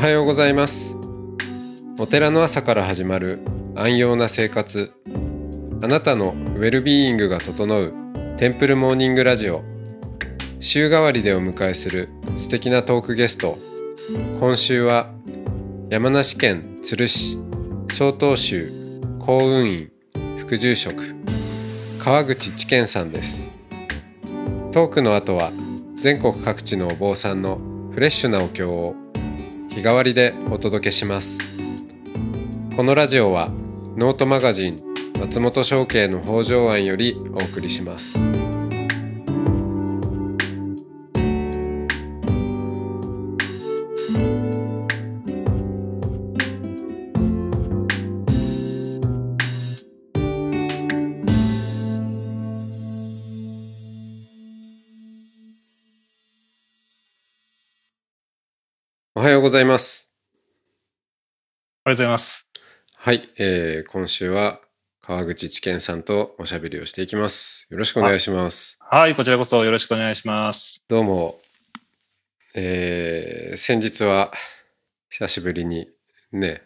はようございます。お寺の朝から始まる安養な生活、あなたのウェルビーイングが整うテンプルモーニングラジオ。週替わりでお迎えする素敵なトークゲスト。今週は山梨県都留市曹洞宗幸運院副住職川口知健さんです。トークの後は全国各地のお坊さんのフレッシュなお経を日替わりでお届けします。このラジオはノートマガジン松本商家の北条庵よりお送りします。おはようございます。 おはようございます。 はい、今週は川口知健さんとおしゃべりをしていきます。よろしくお願いします。 はい、こちらこそよろしくお願いします。 どうも、先日は久しぶりにね、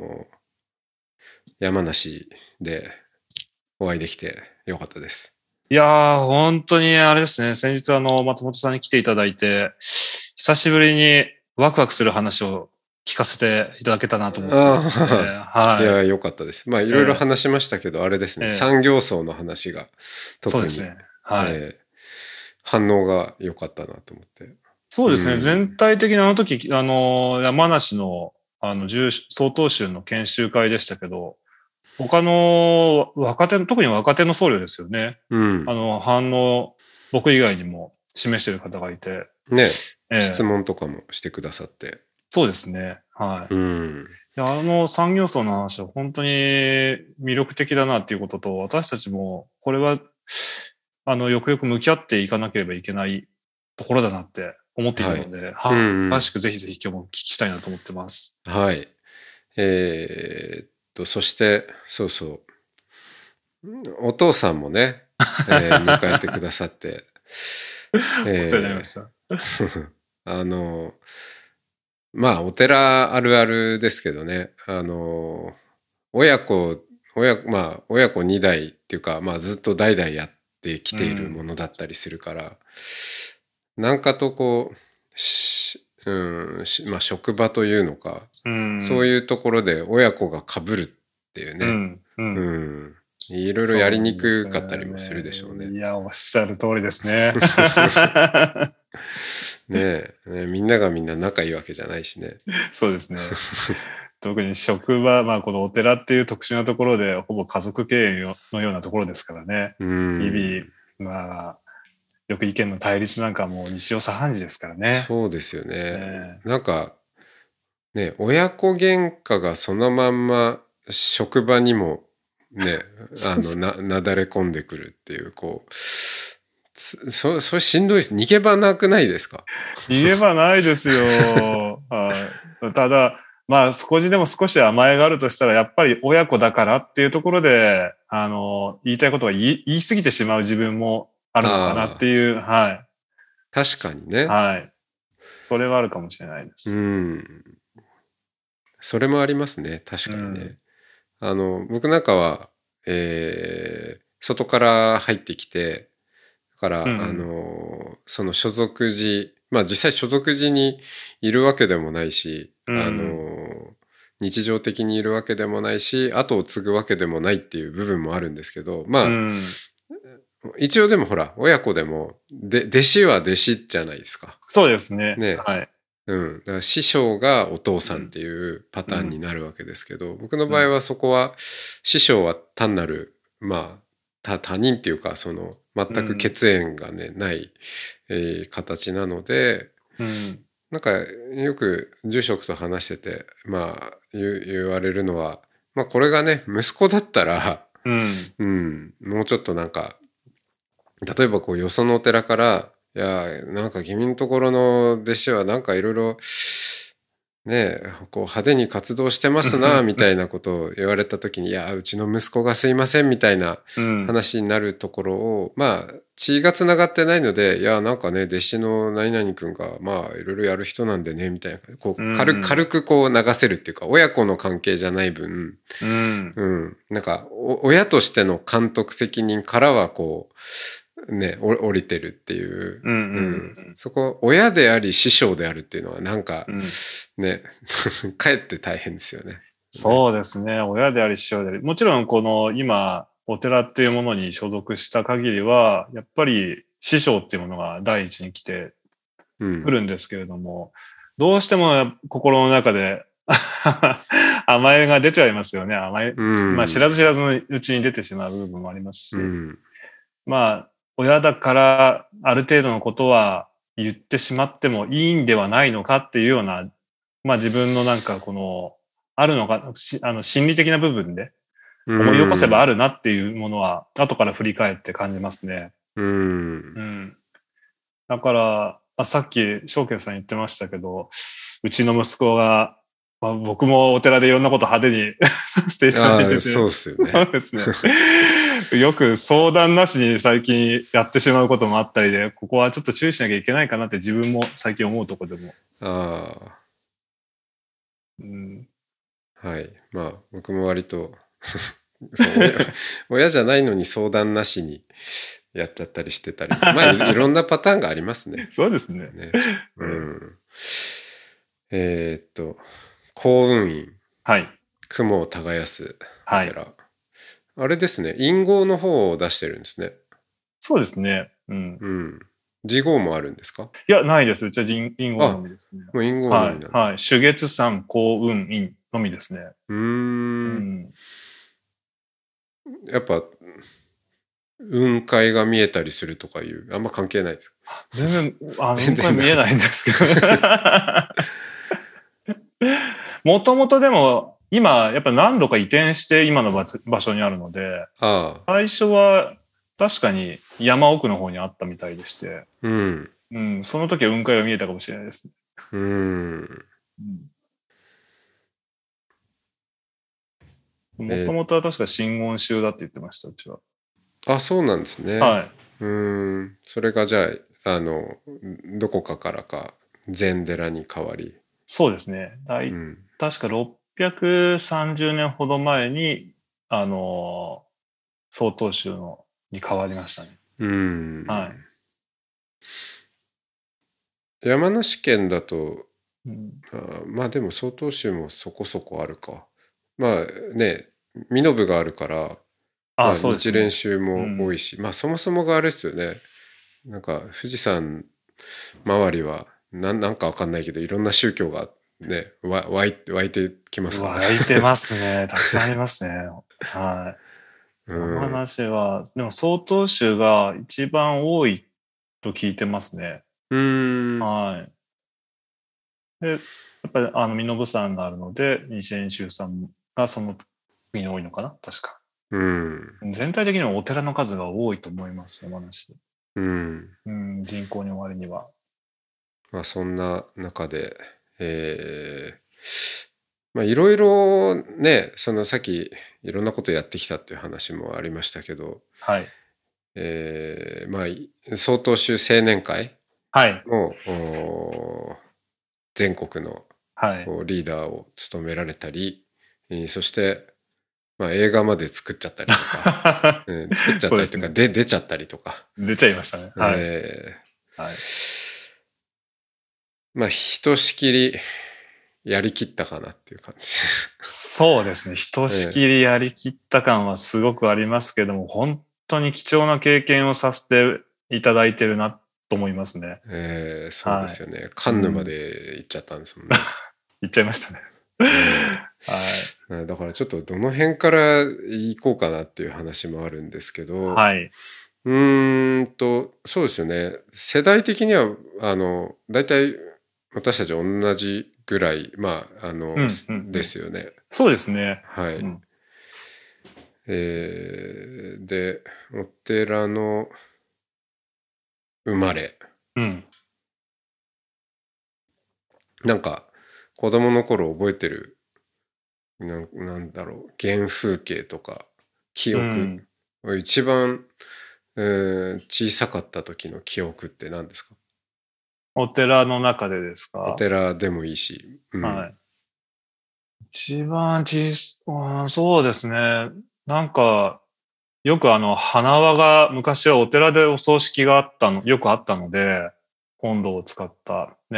山梨でお会いできてよかったです。 いやー、本当にあれですね、先日松本さんに来ていただいて、久しぶりにワクワクする話を聞かせていただけたなと思ってですね。 いや、よかったです。まあ、いろいろ話しましたけど、あれですね、産業層の話が特に、 そうですね。はい。 反応が良かったなと思って。 そうですね、全体的にあの時、山梨の、曹洞宗の研修会でしたけど、他の若手、特に若手の僧侶ですよね。反応、僕以外にも示している方がいて。 ね、質問とかもしてくださって。 そうですね。はい。産業層の話は本当に魅力的だなっていうことと、私たちもこれは、よくよく向き合っていかなければいけないところだなって思っているので、詳しくぜひぜひ今日も聞きしたいなと思ってます。 はい。そして、そうそう。お父さんもね、迎えてくださって。 お世話になりました。 まあ、お寺あるあるですけどね、親子2代っていうか、まあ、ずっと代々やってきているものだったりするから、なんかとこう、まあ、職場というのか、そういうところで親子が被るっていうね、いろいろやりにくかったりもするでしょうね。 いや、おっしゃる通りですね。 ねえ、みんながみんな仲いいわけじゃないしね。 そうですね。特に職場、まあこのお寺っていう特殊なところで、ほぼ家族経営のようなところですからね。日々、まあ、よく意見の対立なんかも日常茶飯事ですからね。 そうですよね。なんか、ね、親子喧嘩がそのまんま職場にもね、なだれ込んでくるっていう、こう、それしんどいです。逃げ場なくないですか？ 逃げ場ないですよ。ただ、まあ、少しでも少し甘えがあるとしたら、やっぱり親子だからっていうところで、言いたいことが言い過ぎてしまう自分もあるのかなっていう、はい。 確かにね。 はい。それはあるかもしれないです。 それもありますね。確かにね。僕なんかは、外から入ってきて、だから、その所属時、まあ実際所属時にいるわけでもないし、日常的にいるわけでもないし、後を継ぐわけでもないっていう部分もあるんですけど、まあ、一応でもほら、親子でも、弟子は弟子じゃないですか。 そうですね。 ね。 はい。 だから師匠がお父さんっていうパターンになるわけですけど、僕の場合はそこは、師匠は単なる、まあ、他人っていうか、その、全く血縁がね、ない、形なので、なんか、よく住職と話してて、まあ、言われるのは、まあ、これがね、息子だったら、もうちょっとなんか、例えばこう、よそのお寺から、いや、なんか君のところの弟子はなんかいろいろねこう派手に活動してますなみたいなことを言われた時にいやうちの息子がすいませんみたいな話になるところを、まあ血がつながってないのでいやなんかね弟子の何々君がまあいろいろやる人なんでねみたいなこう軽くこう流せるっていうか親子の関係じゃない分、なんか親としての監督責任からはこうね、降りてるっていう、そこ親であり師匠であるっていうのはなんか、ねかえって大変ですよね。 そうですね。親であり師匠であり、もちろんこの今お寺っていうものに所属した限りはやっぱり師匠っていうものが第一に来てくるんですけれども、どうしても心の中で甘えが出ちゃいますよね。甘え、まあ知らず知らずのうちに出てしまう部分もありますし、まあ親だからある程度のことは言ってしまってもいいんではないのかっていうような、まあ自分のなんかこのあるのか、心理的な部分で思い起こせばあるなっていうものは後から振り返って感じますね。だからさっき翔健さん言ってましたけど、うちの息子が、まあ、僕もお寺でいろんなこと派手にさせていただいてて、 そうですよね。 そうですね。よく相談なしに最近やってしまうこともあったりで、ここはちょっと注意しなきゃいけないかなって自分も最近思うところでも。 はい。まあ僕も割と親じゃないのに相談なしにやっちゃったりしてたり、まあいろんなパターンがありますね。 そうですね。 幸運院。 はい。 雲を耕すはい。 あれですね。隠号の方を出してるんですね。 そうですね。 字号もあるんですか？ いや、ないです。じゃあ、隠語のみですね。 もう隠語のみなんだ。 はい。主月山幸運院のみですね。 やっぱ、雲海が見えたりするとかいう、あんま関係ないです。 全然、雲海見えないんですけど。もともとでも、今、やっぱ何度か移転して今の場所にあるので、最初は確かに山奥の方にあったみたいでして、その時は雲海が見えたかもしれないですね。もともとは確か真言宗だって言ってました、うちは。 そうなんですね。 はい。 それがじゃあ、どこかからか禅寺に変わり。 そうですね。確か630年ほど前に、曹洞宗に変わりましたね。はい。 山梨県だと、まあでも曹洞宗もそこそこあるか。まあね、身延があるから、まあ日蓮宗も多いし、まあそもそもがあれですよね。なんか富士山周りはなんかわかんないけどいろんな宗教がね湧いてきますからね。 湧いてますね。たくさんありますね。はい。山梨はでも曹洞宗が一番多いと聞いてますね。はい。で、やっぱり身延山があるので日蓮宗さんがその国に多いのかな、確か。全体的にはお寺の数が多いと思います、山梨。人口に割には。 まあそんな中で、まあいろいろね、そのさっきいろんなことやってきたっていう話もありましたけど、 はい。 まあ曹洞宗青年会の、全国のリーダーを務められたり、そしてまあ映画まで作っちゃったりとか、作っちゃったりとか、出ちゃったりとか。 出ちゃいましたね。はい。 まあひとしきりやりきったかなっていう感じ。 そうですね。ひとしきりやりきった感はすごくありますけども、本当に貴重な経験をさせていただいてるなと思いますね。 そうですよね。カンヌまで行っちゃったんですもんね。 行っちゃいましたね。 はい。だからちょっとどの辺から行こうかなっていう話もあるんですけど、 はい。 そうですよね。世代的には大体私たち同じぐらいですよね。 そうですね。 はい。でお寺の生まれ。なんか子供の頃覚えてるなんだろう、原風景とか記憶、一番、小さかった時の記憶って何ですか？ お寺の中でですか？ お寺でもいいし。 はい。一番そうですね。なんか、よく花輪が、昔はお寺でお葬式がよくあったので、本堂を使った。で、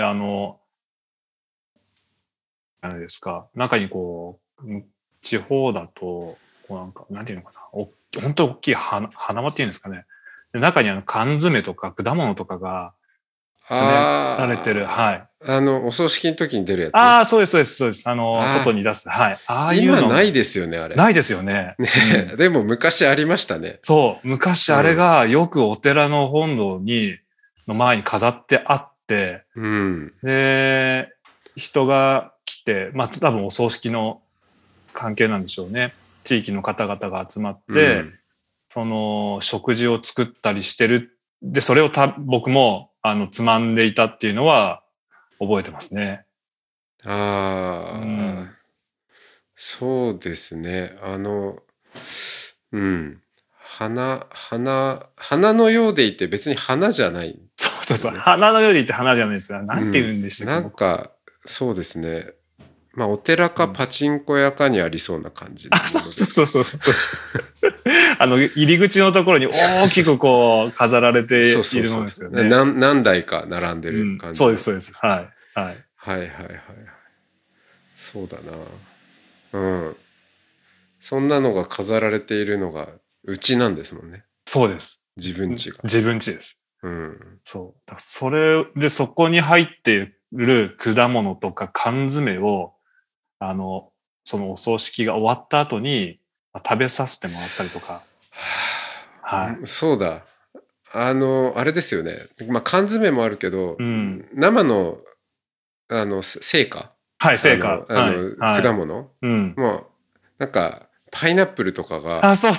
あれですか、中にこう、地方だと、こうなんか、なんていうのかな、本当に大きい花輪っていうんですかね。で、中に缶詰とか果物とかが詰められてる、はい。 お葬式の時に出るやつ？ ああ、そうです、そうです、そうです。外に出す。はい。ああいうの。 今ないですよね、あれ。 ないですよね。 ね、でも昔ありましたね。 そう。昔あれがよくお寺の本堂の前に飾ってあって、で、人が来て、まあ多分お葬式の関係なんでしょうね。地域の方々が集まって、その食事を作ったりしてる。で、それを僕もつまんでいたっていうのは覚えてますね。 そうですね。花のようでいて別に花じゃない、ね。 そうそうそう。花のようでいて花じゃないですか。なんて言うんでしたっけ、 なんか、そうですね。まあ、お寺かパチンコ屋かにありそうな感じのものです。 そうそうそうそう入り口のところに大きくこう飾られているものですよね。 何台か並んでる感じ、 そうです、そうです。はい。はい。 はいはいはい。そうだな。そんなのが飾られているのがうちなんですもんね。 そうです。 自分家が。 自分家です。そう。それでそこに入っている果物とか缶詰を、そのお葬式が終わった後に食べさせてもらったりとか。 はい。そうだ。あれですよね。まあ、缶詰もあるけど、生の、成果。 はい、成果。 果物。もう、なんか、パイナップルとかが、 そう。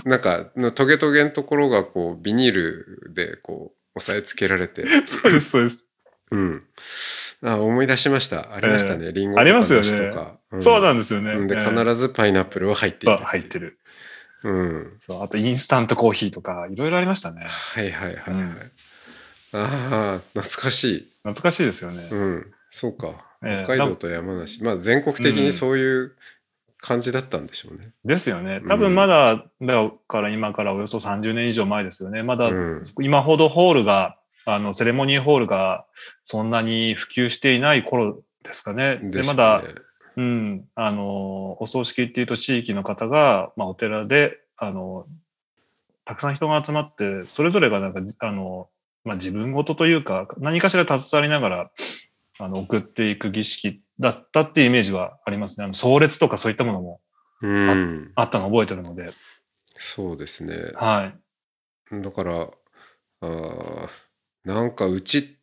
なんか、トゲトゲのところが、こう、ビニールで、こう、押さえつけられて。 そうです、そうです。 思い出しました。ありましたね。リンゴとか梨とか。 そうなんですよね。 で、必ずパイナップルは入っている。 入ってる。そう、あとインスタントコーヒーとか、いろいろありましたね。 はいはいはいはい。ああ、懐かしい。 懐かしいですよね。 そうか。北海道と山梨。まあ、全国的にそういう感じだったんでしょうね。 ですよね。多分まだ、だから今からおよそ30年以上前ですよね。まだ、今ほどホールが、セレモニーホールがそんなに普及していない頃ですかね。で、まだ、お葬式っていうと地域の方が、まあ、お寺で、たくさん人が集まって、それぞれがなんか、まあ、自分事というか、何かしら携わりながら、送っていく儀式だったっていうイメージはありますね。葬列とかそういったものもあったのを覚えてるので。 そうですね。 はい。 だから、なんかうちって、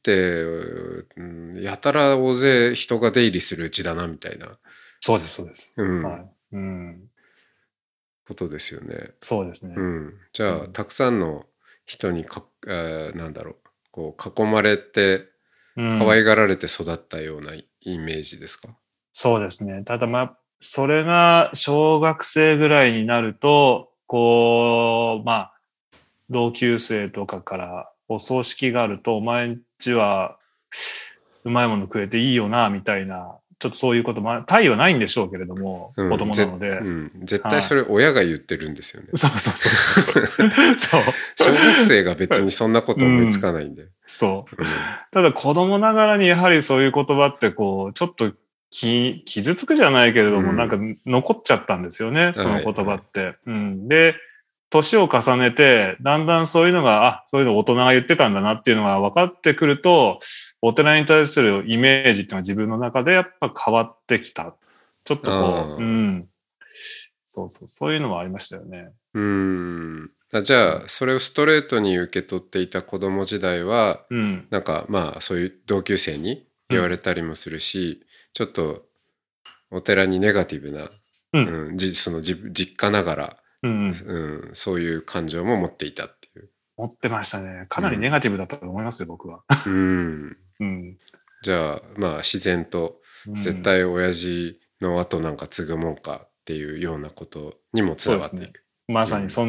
やたら大勢人が出入りするうちだなみたいな。 そうです、そうです。はい。 ことですよね。 そうですね。 じゃあ、たくさんの人になんだろう、こう囲まれて、可愛がられて育ったようなイメージですか？ そうですね。ただまあ、それが小学生ぐらいになると、こう、まあ、同級生とかからお葬式があると、お前んちはうまいもの食えていいよな、みたいな、ちょっとそういうことも、大意はないんでしょうけれども、子供なので。 絶対それ親が言ってるんですよね。 そう。そう。 小学生が別にそんなこと思いつかないんで。 そう。ただ子供ながらにやはりそういう言葉ってこう、ちょっと傷つくじゃないけれども、なんか残っちゃったんですよね、その言葉って。で、年を重ねて、だんだんそういうのが、そういうの大人が言ってたんだなっていうのが分かってくると、大人に対するイメージっていうのは自分の中でやっぱ変わってきた。ちょっとこう、そういうのはありましたよね。 じゃあ、それをストレートに受け取っていた子供時代は、なんかまあそういう同級生に言われたりもするし、ちょっとお寺にネガティブな、その実家ながら、そういう感情も持っていたっていう。 持ってましたね。かなりネガティブだったと思いますよ、僕は。 じゃあまあ自然と絶対親父の後なんか継ぐもんかっていうようなことにもつながっていく。 まさに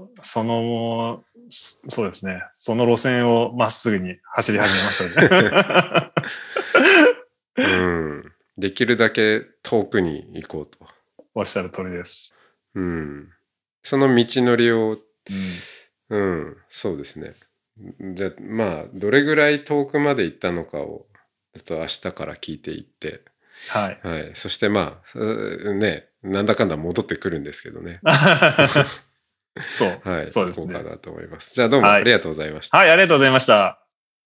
そうですね。その路線をまっすぐに走り始めましたね。できるだけ遠くに行こうと。 おっしゃる通りです。 その道のりを、そうですね。じゃあまあどれぐらい遠くまで行ったのかをちょっと明日から聞いていって、 はい。 そしてまあね、なんだかんだ戻ってくるんですけどね。 そう。 はい。 そうですね。 行こうかなと思います。じゃあどうもありがとうございました。 はい、ありがとうございました。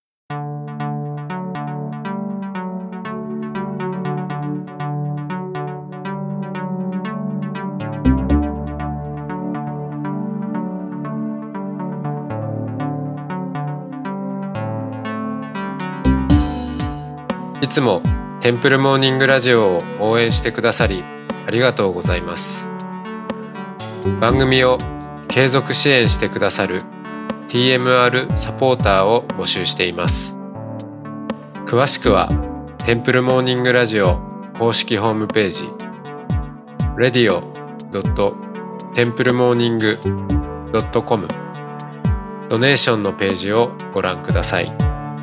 いつもテンプルモーニングラジオを応援してくださりありがとうございます。番組を継続支援してくださる TMR サポーターを募集しています。詳しくはテンプルモーニングラジオ公式ホームページ radio.templemorning.com ドネーションのページをご覧ください。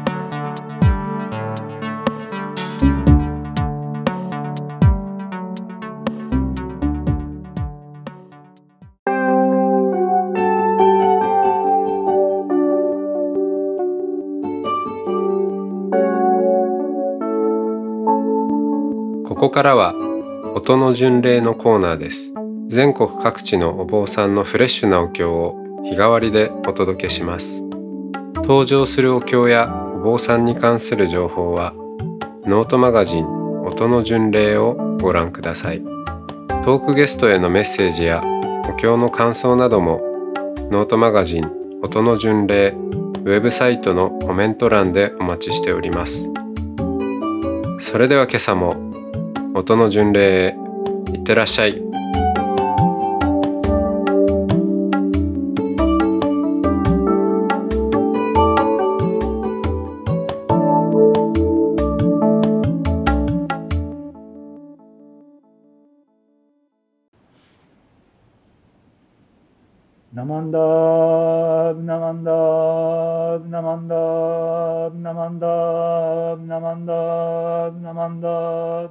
ここからは音の巡礼のコーナーです。全国各地のお坊さんのフレッシュなお経を日替わりでお届けします。登場するお経やお坊さんに関する情報はノートマガジン音の巡礼をご覧ください。トークゲストへのメッセージやお経の感想などもノートマガジン音の巡礼ウェブサイトのコメント欄でお待ちしております。それでは今朝も音の巡礼へいってらっしゃい。 ナマンダーナマンダーナマンダーナマンダーナマンダーナマンダー。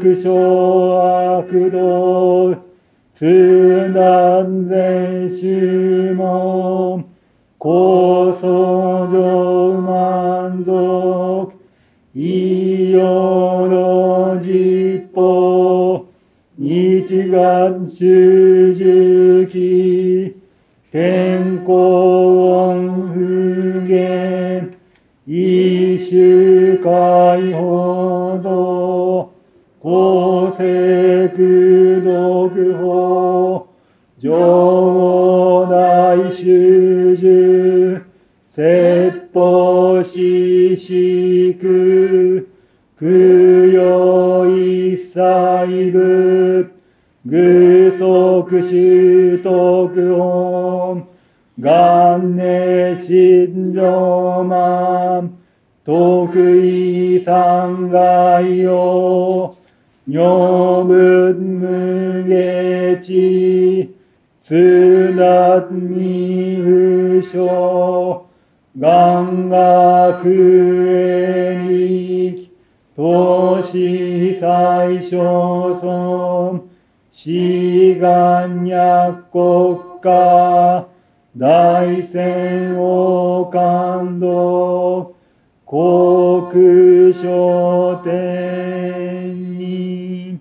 徳所悪道通断然宗門高僧上満足異様の実法日月修十期健康音不減一種解放道公正苦毒法上大修十説法四宿供養一切仏具足修徳音元年心上満徳意三害用女仏無下知通達未不詳願学へに投資最小尊志願略国家大戦王感動国書天に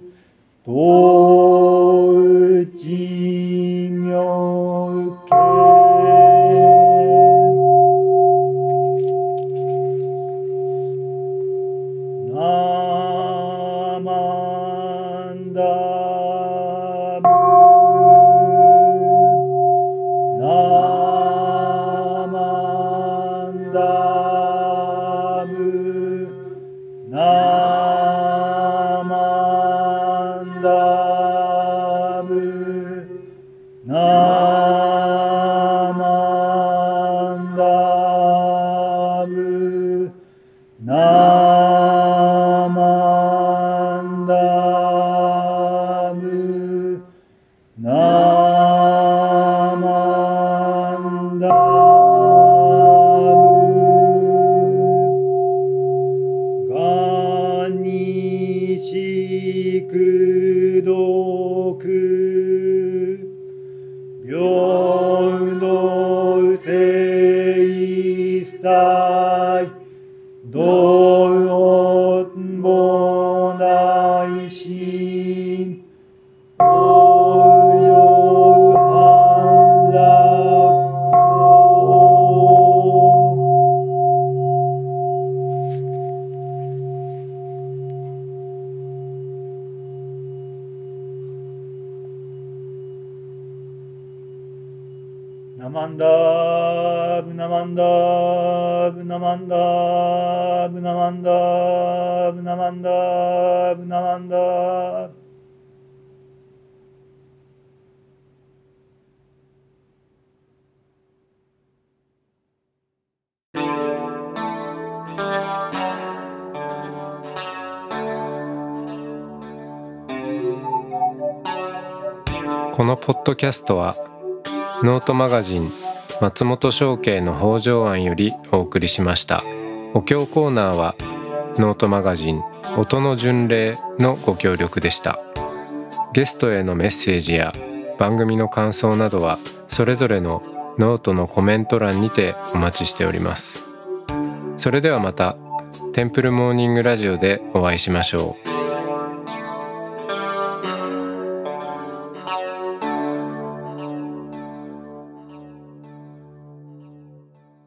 統一妙見ナマンダムナマンダムナマンダムナマンダムナマンダムナマンダムがにしくどく平等性一切道本大心往生安楽ナマンダーブナマンダーブナマンダーブナマンダーブナマンダーブナマンダーこのポッドキャストはノートマガジン松本商家の北条庵よりお送りしました。お経コーナーはノートマガジン音の巡礼のご協力でした。ゲストへのメッセージや番組の感想などはそれぞれのノートのコメント欄にてお待ちしております。それではまたテンプルモーニングラジオでお会いしましょう。